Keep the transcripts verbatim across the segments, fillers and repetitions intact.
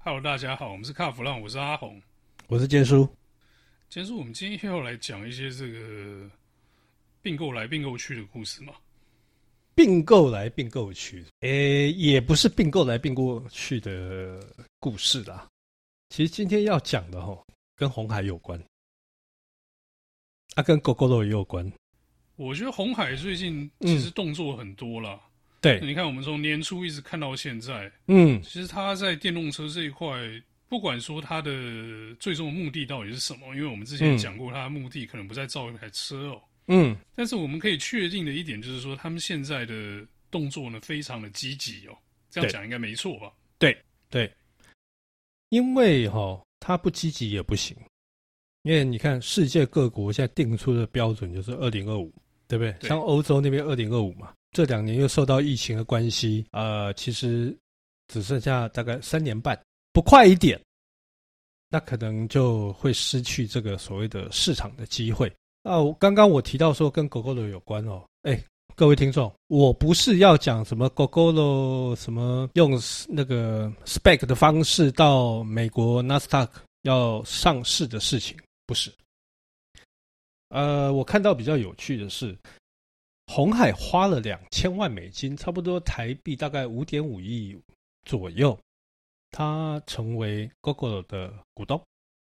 Hello，大家好，我们是卡弗浪，我是阿红， 我是坚叔。 坚叔，我们今天要来讲一些这个并购来并购去的故事嘛。 并购来并购去，诶，也不是并购来并购去的故事啦。其实今天要讲的齁，跟鸿海有关，啊，跟 Gogoro 也有关。 我觉得鸿海最近其实动作很多啦。嗯、 对， 你看我们从年初一直看到现在， 嗯， 其实他在电动车这一块，不管说他的最终的目的到底是什么，因为我们之前讲过，他的目的可能不在造一台车哦。嗯，但是我们可以确定的一点就是说，他们现在的动作呢，非常的积极哦。这样讲应该没错吧？ 对对，因为哈、哦，他不积极也不行，因为你看世界各国现在定出的标准就是二零二五，对不对？ 对， 像欧洲那边二零二五嘛，这两年又受到疫情的关系，呃，其实只剩下大概三年半，不快一点，那可能就会失去这个所谓的市场的机会。啊，刚刚我提到说跟 Gogoro 有关哦，哎，各位听众，我不是要讲什么 Gogoro 什么用那个 spec 的方式到美国 Nasdaq 要上市的事情，不是。呃，我看到比较有趣的是，鸿海花了两千万美金，差不多台币大概五点五亿左右，他成为 Gogoro 的股东。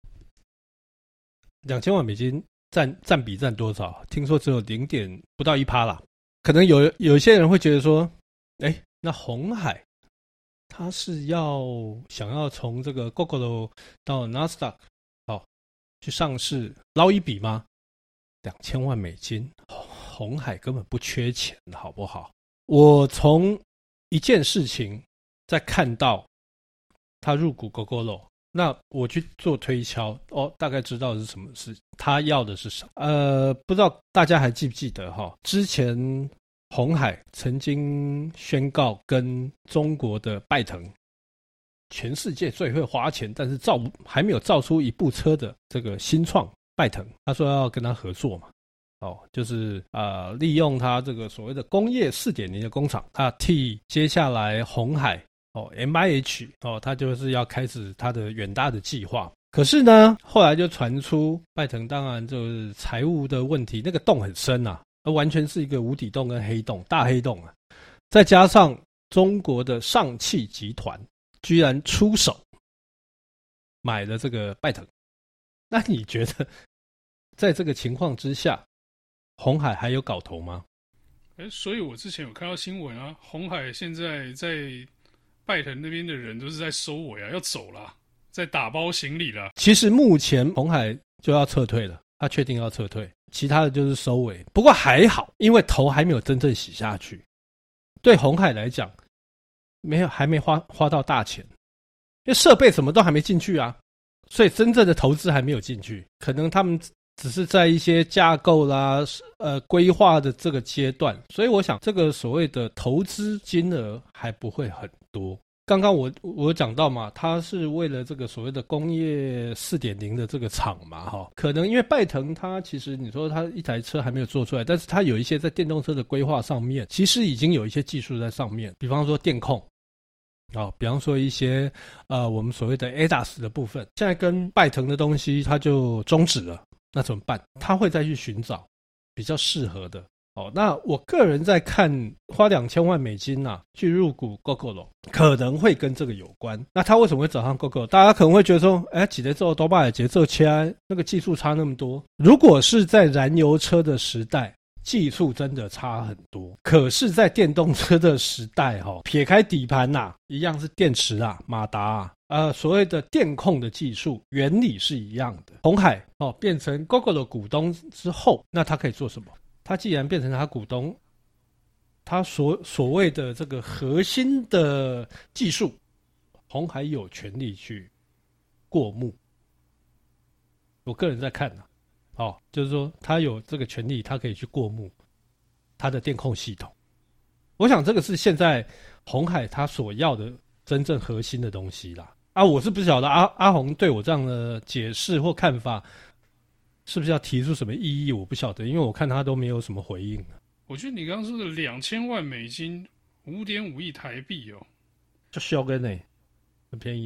两千万美金。占占比占多少？听说只有零点不到一趴啦。可能有有些人会觉得说，哎，那鸿海他是要想要从这个 Gogoro 到 Nasdaq 哦去上市捞一笔吗？两千万美金，鸿海根本不缺钱，好不好？我从一件事情在看到他入股 Gogoro。那我去做推敲，哦，大概知道是什么事，他要的是什么？呃，不知道大家还记不记得哈？之前鸿海曾经宣告跟中国的拜腾，全世界最会花钱，但是造还没有造出一部车的这个新创拜腾，他说要跟他合作嘛，哦，就是呃利用他这个所谓的工业 四点零 的工厂，啊，替接下来鸿海。哦 ，M I H 哦，他就是要开始他的远大的计划。可是呢，后来就传出拜腾当然就是财务的问题，那个洞很深啊，而完全是一个无底洞跟黑洞，大黑洞啊。再加上中国的上汽集团居然出手买了这个拜腾，那你觉得在这个情况之下，鸿海还有搞头吗？ 哎，所以我之前有看到新闻啊，鸿海现在在拜腾那边的人都是在收尾啊，要走了，在打包行李了。 其实目前鸿海就要撤退了，他确定要撤退，其他的就是收尾。不过还好，因为头还没有真正洗下去。对鸿海来讲，没有还没花花到大钱，因为设备什么都还没进去啊，所以真正的投资还没有进去。可能他们只是在一些架构啦、呃规划的这个阶段，所以我想这个所谓的投资金额还不会很多。刚刚我我讲到嘛，它是为了这个所谓的工业 四点零 的这个厂嘛，哈，可能因为拜腾它其实你说它一台车还没有做出来，但是它有一些在电动车的规划上面，其实已经有一些技术在上面，比方说电控。哦，比方说一些呃我们所谓的 A D A S 的部分，现在跟拜腾的东西它就终止了，那怎么办？他会再去寻找比较适合的。哦，那我个人在看花两千万美金啊去入股 Gogoro， 可能会跟这个有关。那他为什么会找上 Gogoro？ 大家可能会觉得说，哎，几台做多巴的节奏切，那个技术差那么多。如果是在燃油车的时代，技术真的差很多。可是，在电动车的时代，哈，撇开底盘呐、啊，一样是电池啊、马达啊。呃，所谓的电控的技术原理是一样的。鸿海哦变成 Gogoro 的股东之后，那他可以做什么？他既然变成他股东，他所所谓的这个核心的技术，鸿海有权利去过目。我个人在看呢、啊，哦，就是说他有这个权利，他可以去过目他的电控系统。我想这个是现在鸿海他所要的真正核心的东西啦。啊，我是不晓得阿阿红对我这样的解释或看法，是不是要提出什么异议？我不晓得，因为我看他都没有什么回应。 我觉得你刚刚说的两千万美金，五点五亿台币哦， 就小跟呢，很便宜嘞。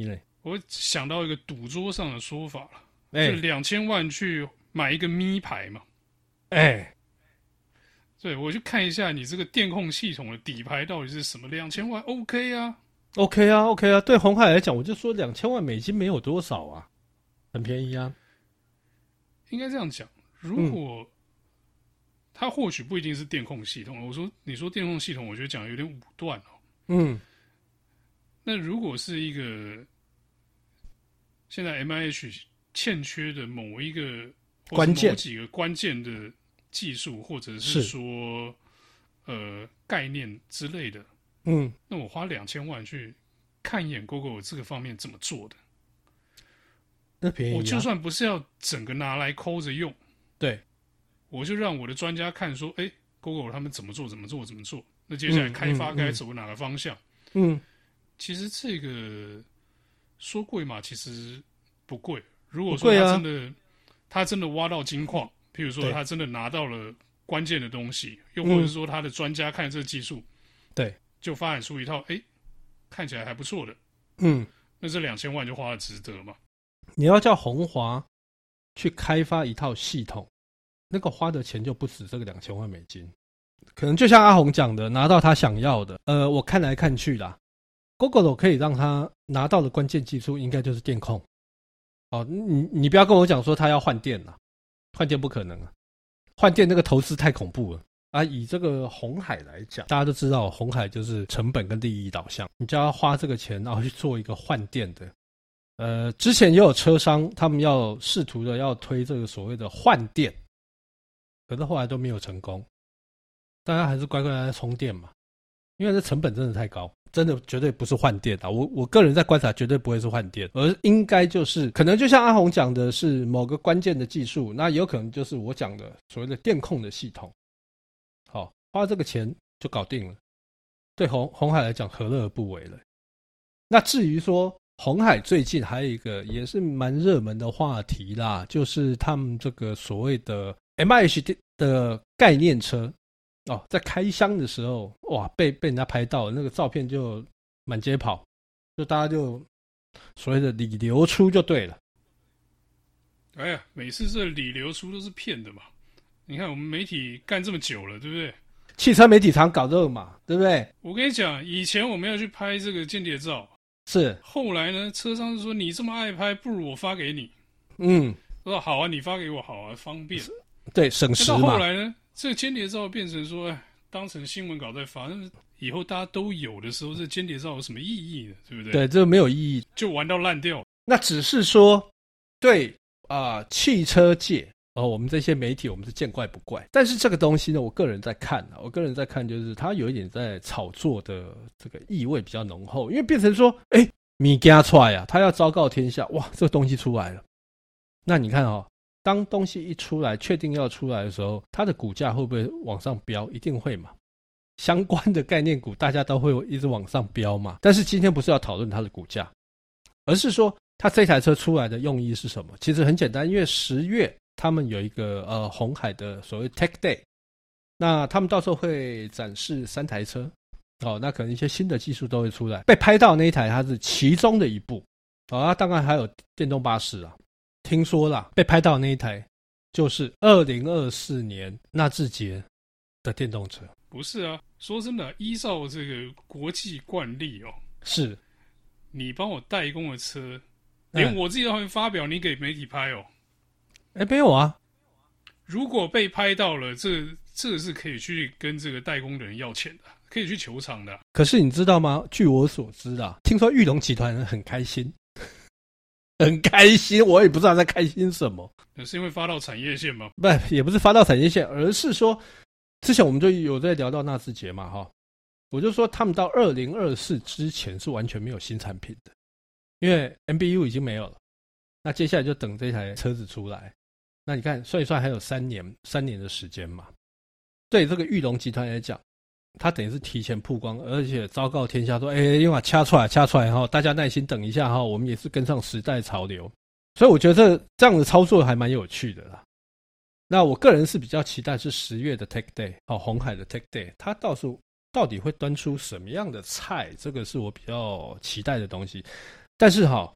我想到一个赌桌上的说法了，欸、就两千万去买一个咪牌嘛。 哎、欸， 对，我去看一下你这个电控系统的底牌到底是什么，两千万 OK 啊 ，OK 啊 ，OK 啊。对鸿海来讲，我就说两千万美金没有多少啊，很便宜啊。 应该这样讲，如果、嗯、它或许不一定是电控系统，我说你说电控系统，我觉得讲的有点武断哦。 嗯， 那如果是一个现在 M I H 欠缺的某一个关键某几个关键的技术，或者是说呃概念之类的， 嗯， 那我花两千万去看一眼 Google 这个方面怎么做的， 那便宜、啊。 我就算不是要整个拿来抠着用， 对， 我就让我的专家看说，哎 ，Google 他们怎么做，怎么做，怎么做。那接下来开发该走哪个方向？ 嗯，嗯其实这个说贵嘛，其实不贵。如果说他真的，啊、他真的挖到金矿，譬如说他真的拿到了关键的东西，又或者说他的专家看这个技术， 对， 就发展出一套，哎，看起来还不错的， 嗯， 那这两千万就花的值得嘛？ 你要叫鸿华去开发一套系统，那个花的钱就不止这个两千万美金。可能就像阿宏讲的，拿到他想要的。呃，我看来看去啦 ，Google 可以让他拿到的关键技术，应该就是电控。哦，你你不要跟我讲说他要换电啦，换电不可能啊，换电那个投资太恐怖了啊。以这个鸿海来讲，大家都知道，鸿海就是成本跟利益导向，你就要花这个钱，然后去做一个换电的。呃，之前也有车商他们要试图的要推这个所谓的换电，可是后来都没有成功。大家还是乖乖来充电嘛，因为这成本真的太高，真的绝对不是换电啊！我我个人在观察，绝对不会是换电，而应该就是可能就像阿宏讲的是某个关键的技术，那也有可能就是我讲的所谓的电控的系统。好，花这个钱就搞定了，对鸿鸿海来讲何乐而不为了？那至于说鸿海最近还有一个也是蛮热门的话题啦，就是他们这个所谓的 M I H 的概念车。哦，在开箱的时候，哇，被被人家拍到，那个照片就满街跑，就大家就所谓的理流出就对了。 哎呀，每次这理流出都是骗的嘛！你看我们媒体干这么久了，对不对？ 汽车媒体常搞这个嘛，对不对？ 我跟你讲，以前我们要去拍这个间谍照， 是， 后来呢，车商就说你这么爱拍，不如我发给你。 嗯， 我说好啊，你发给我好啊，方便。 对，省时嘛。 到后来呢？这个间谍照变成说，哎，当成新闻稿在发，那以后大家都有的时候，这间谍照有什么意义呢？对不对？ 对，这个没有意义， 就玩到烂掉。 那只是说，对啊、呃，汽车界哦，我们这些媒体，我们是见怪不怪。但是这个东西呢，我个人在看啊，我个人在看，就是它有一点在炒作的这个意味比较浓厚，因为变成说，哎，米加出来啊，他要昭告天下，哇，这个东西出来了。那你看哦。当东西一出来，确定要出来的时候，它的股价会不会往上飙？一定会嘛。相关的概念股，大家都会一直往上飙嘛。但是今天不是要讨论它的股价，而是说它这台车出来的用意是什么？其实很简单，因为十月他们有一个呃鸿海的所谓 Tech Day， 那他们到时候会展示三台车，哦，那可能一些新的技术都会出来。被拍到那一台，它是其中的一部，哦，那当然还有电动巴士啊。听说啦，被拍到那一台就是二零二四年纳智捷的电动车。 不是啊，说真的，依照这个国际惯例哦， 是你帮我代工的车，连我自己都还没发表，你给媒体拍哦？ 哎，没有啊。 如果被拍到了，这这是可以去跟这个代工的人要钱的，可以去求偿的。 可是你知道吗？据我所知啊，听说裕隆集团人很开心。很开心，我也不知道在开心什么。 是因为发到产业线吗？ 不，也不是发到产业线，而是说，之前我们就有在聊到纳智捷嘛，哈，我就说他们到二零二四之前是完全没有新产品的，因为 M B U 已经没有了，那接下来就等这台车子出来。那你看算一算，还有三年，三年的时间嘛。对这个裕隆集团来讲，他等于是提前曝光，而且昭告天下说：“哎，因为掐出来，掐出来哈，大家耐心等一下哈，我们也是跟上时代潮流。”所以我觉得这这样的操作还蛮有趣的啦。那我个人是比较期待是十月的 Tech Day， 好，鸿海的 Tech Day， 它到时候到底会端出什么样的菜？这个是我比较期待的东西。但是哈，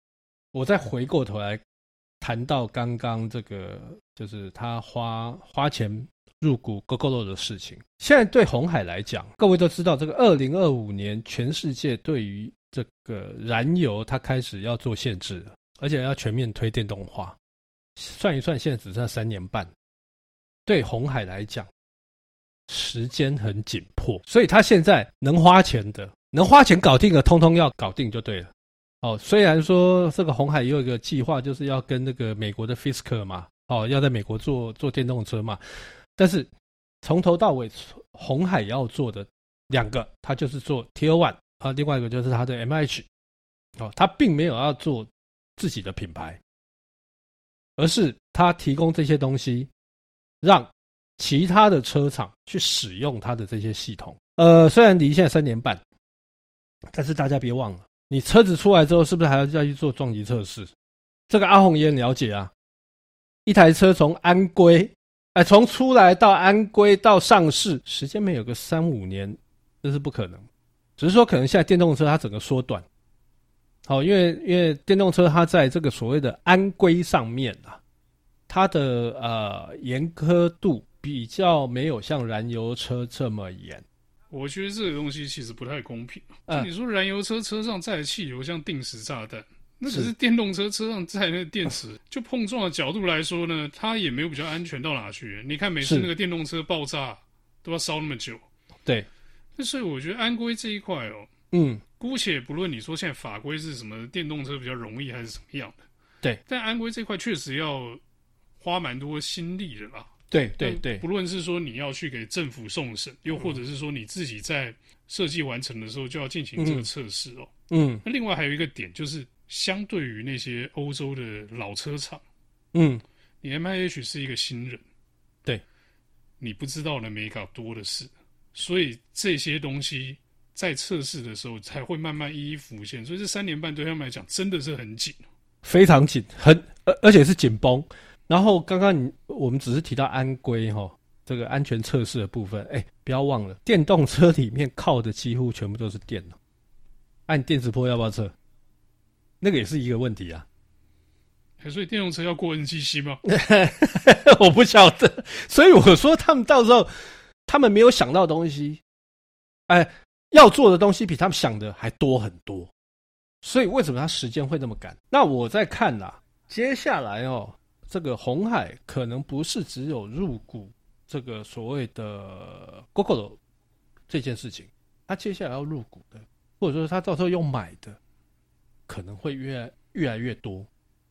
我再回过头来谈到刚刚这个，就是他花花钱入股 Gogoro 的事情。现在对鸿海来讲，各位都知道，这个二零二五年全世界对于这个燃油，它开始要做限制了，而且要全面推电动化。算一算，现在只剩三年半，对鸿海来讲，时间很紧迫，所以他现在能花钱的，能花钱搞定的，通通要搞定就对了。哦，虽然说这个鸿海也有一个计划，就是要跟那个美国的 Fisker 嘛，哦，要在美国做做电动车嘛，但是从头到尾，鸿海要做的两个，它就是做 Tier One 啊，另外一个就是它的 M H， 哦，它并没有要做自己的品牌，而是它提供这些东西，让其他的车厂去使用它的这些系统。呃，虽然离现在三年半，但是大家别忘了，你车子出来之后，是不是还要再去做撞击测试？这个阿宏也很了解啊。一台车从安规，哎，从出来到安规到上市，时间没有个三五年，这是不可能。只是说，可能现在电动车它整个缩短。好，因为因为电动车它在这个所谓的安规上面啊，它的呃严苛度比较没有像燃油车这么严。 我觉得这个东西其实不太公平。就你说燃油车车上载的汽油像定时炸弹，那只是电动车车上载那个电池，就碰撞的角度来说呢，它也没有比较安全到哪去。你看每次那个电动车爆炸都要烧那么久。 对。 那所以我觉得安规这一块哦，嗯，姑且不论你说现在法规是什么，电动车比较容易还是怎么样的， 对， 但安规这块确实要花蛮多心力的啦。 对对对， 不论是说你要去给政府送审，又或者是说你自己在设计完成的时候就要进行这个测试哦。嗯，那另外还有一个点就是，相对于那些欧洲的老车厂，嗯，你 M I H 是一个新人， 对， 你不知道的美感多的是，所以这些东西在测试的时候才会慢慢一一浮现。所以这三年半对他们来讲真的是很紧， 非常紧，很而而且是紧绷。然后刚刚你我们只是提到安规齁，这个安全测试的部分，哎，不要忘了，电动车里面靠的几乎全部都是电脑。按电磁波要不要测？那个也是一个问题啊。 所以电动车要过 N G C 吗？ 我不晓得。所以我说他们到时候他们没有想到的东西，哎，要做的东西比他们想的还多很多。所以为什么他时间会那么赶？那我在看啦，接下来哦。这个鸿海可能不是只有入股这个所谓的 Gogoro 这件事情，他接下来要入股的，或者说他到时候用买的，可能会越来越来越多，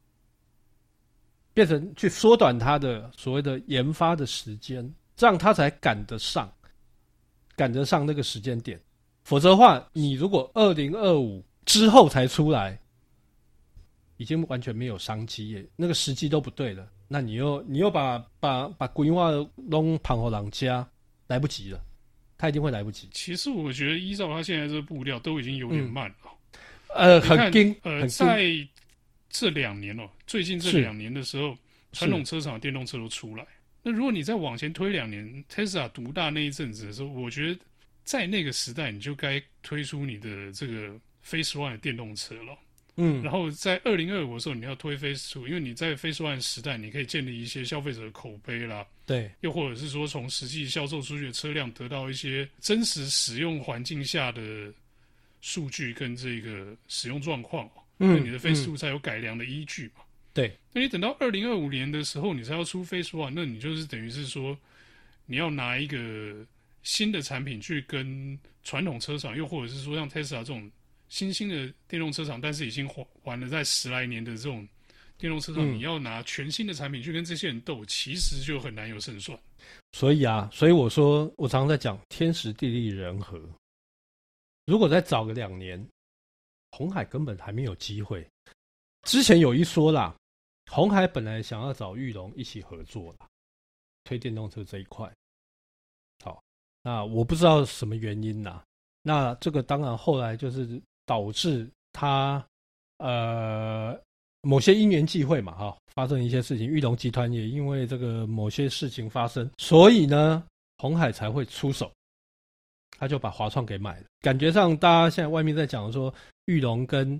变成去缩短他的所谓的研发的时间，这样他才赶得上，赶得上那个时间点。否则的话，你如果二零二五之后才出来，已经完全没有商机耶，那个时机都不对了。那你又你又把把把规划弄旁后人家，来不及了，他一定会来不及。 其实我觉得依照他现在这个步调，都已经有点慢了。 嗯、呃，很紧， 呃，在这两年哦，最近这两年的时候，传统车厂的电动车都出来。那如果你再往前推两年 ，Tesla 独大那一阵子的时候，我觉得在那个时代，你就该推出你的这个 Phase One 的电动车了。嗯，然后在二零二五的时候，你要推 Phase Two， 因为你在 Phase One 时代，你可以建立一些消费者的口碑啦， 对， 又或者是说从实际销售出去的车辆得到一些真实使用环境下的数据跟这个使用状况，嗯，那你的 Phase Two 才有改良的依据嘛。 对， 那你等到二零二五年的时候，你才要出 Phase One， 那你就是等于是说，你要拿一个新的产品去跟传统车厂，又或者是说像 Tesla 这种新兴的电动车厂，但是已经玩了在十来年的这种电动车厂，嗯，你要拿全新的产品去跟这些人斗，其实就很难有胜算。 所以啊，所以我说，我常常在讲天时地利人和。如果再早个两年，鸿海根本还没有机会。之前有一说啦，鸿海本来想要找裕隆一起合作啦，推电动车这一块。好，那我不知道什么原因啦。那这个当然后来就是导致他呃某些因缘际会嘛，哈，发生一些事情，裕隆集团也因为这个某些事情发生，所以呢，鸿海才会出手，他就把华创给买了。感觉上，大家现在外面在讲说，裕隆跟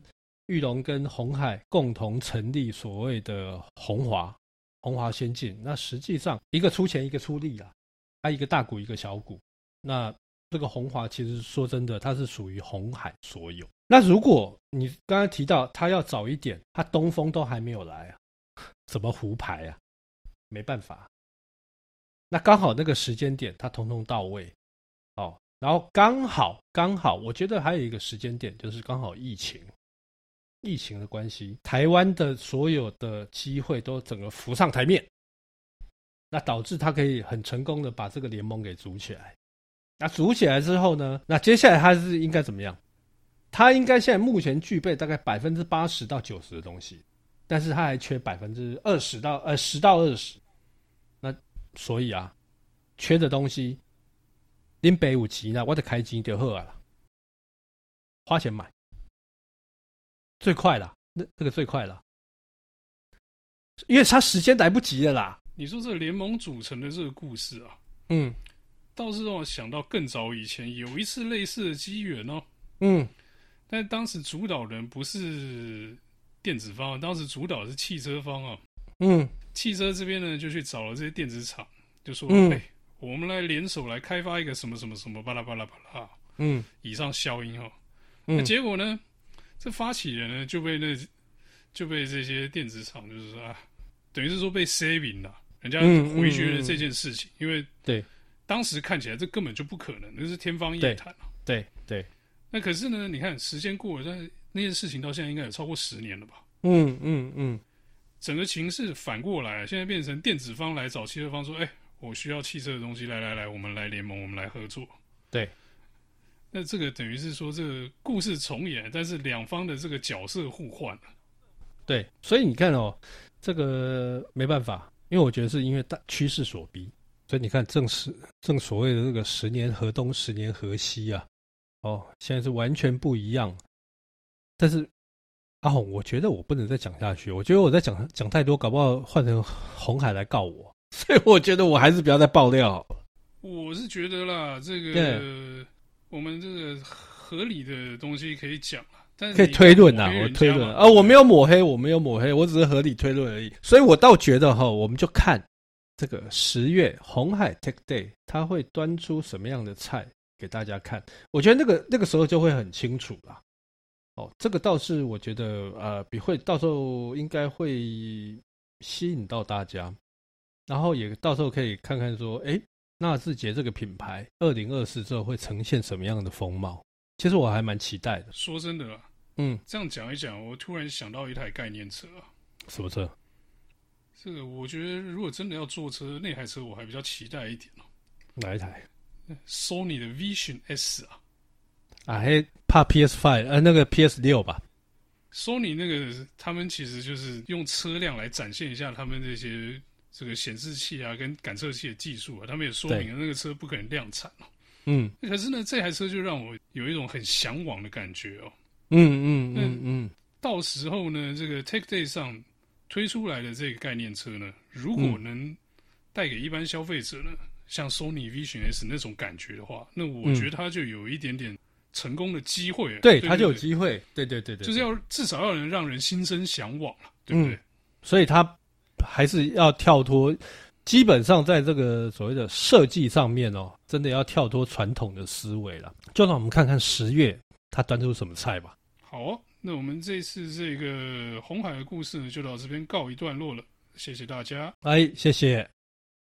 裕隆跟鸿海共同成立所谓的鸿华，鸿华先进。那实际上一个出钱一个出力啦，啊，一个大股一个小股。那这个鸿华其实说真的，它是属于鸿海所有。那如果你刚才提到它要早一点，它东风都还没有来啊，怎么胡排啊？没办法。那刚好那个时间点它通通到位，哦，然后刚好刚好，我觉得还有一个时间点就是刚好疫情，疫情的关系，台湾的所有的机会都整个浮上台面，那导致他可以很成功的把这个联盟给组起来。那组起来之后呢，那接下来他是应该怎么样？他应该现在目前具备大概百分之八十到九十的东西，但是他还缺百分之二十到呃十到二十。那所以啊，缺的东西，林北有钱啦，我得开钱就好啊啦，花钱买，最快啦，那这个最快啦，因为他时间来不及了啦。 你说这个联盟组成的这个故事啊， 嗯， 倒是让我想到更早以前有一次类似的机缘哦， 嗯， 但当时主导人不是电子方，当时主导的是汽车方啊，嗯，汽车这边呢就去找了这些电子厂，就说，嗯，欸，我们来联手来开发一个什么什么什么巴拉巴拉巴拉，嗯，以上消音哦，嗯，那结果呢，这发起人呢就被那就被这些电子厂就是说啊，等于是说被 saving 了。人家回绝了这件事情，嗯嗯嗯，因为对当时看起来这根本就不可能，那是天方夜谭啊。 对 对, 对。 那可是呢，你看时间过了，但那件事情到现在应该有超过十年了吧？ 嗯嗯嗯。 整个情势反过来，现在变成电子方来找汽车方说：“哎，欸，我需要汽车的东西，来来来，我们来联盟，我们来合作。” 对。 那这个等于是说，这个故事重演，但是两方的这个角色互换了。 对，所以你看哦，这个没办法。因为我觉得是因为大趋势所逼，所以你看正是正所谓的这个十年河东十年河西啊，哦，现在是完全不一样。但是阿宏，我觉得我不能再讲下去，我觉得我在讲讲太多，搞不好换成鸿海来告我，所以我觉得我还是不要再爆料好了。 我是觉得啦，这个我们这个合理的东西可以讲啦。 可以推论啊，我推论啊，我没有抹黑，我没有抹黑，我只是合理推论而已。所以我倒觉得哈，我们就看这个十月鸿海 Tech Day， 它会端出什么样的菜给大家看。我觉得那个那个时候就会很清楚啦。哦，这个倒是我觉得呃，比会到时候应该会吸引到大家，然后也到时候可以看看说，哎，纳智捷这个品牌二零二四之后会呈现什么样的风貌。其实我还蛮期待的。 说真的啦。嗯，这样讲一讲，我突然想到一台概念车啊。 什么车？ 这个我觉得，如果真的要坐车，那台车我还比较期待一点哦。 哪一台 ？Sony 的 Vision S 啊。 啊，还怕 P S 五 呃，那个 P S 六 吧。 Sony 那个他们其实就是用车辆来展现一下他们这些这个显示器啊跟感测器的技术啊，他们也说明了那个车不可能量产哦。嗯。可是呢，这台车就让我有一种很向往的感觉哦。嗯嗯嗯嗯，到时候呢，这个 Tech Day 上推出来的这个概念车呢，如果能带给一般消费者呢，像 Sony Vision S 那种感觉的话，那我觉得它就有一点点成功的机会。 嗯、对，它就有机会。对对对对， 就是要至少要能让人心生向往了，对不对？嗯、 所以它还是要跳脱，基本上在这个所谓的设计上面哦，真的要跳脱传统的思维了。就让我们看看十月它端出什么菜吧。 好哦，那我们这次这个鸿海的故事呢，就到这边告一段落了，谢谢大家。 哎，谢谢。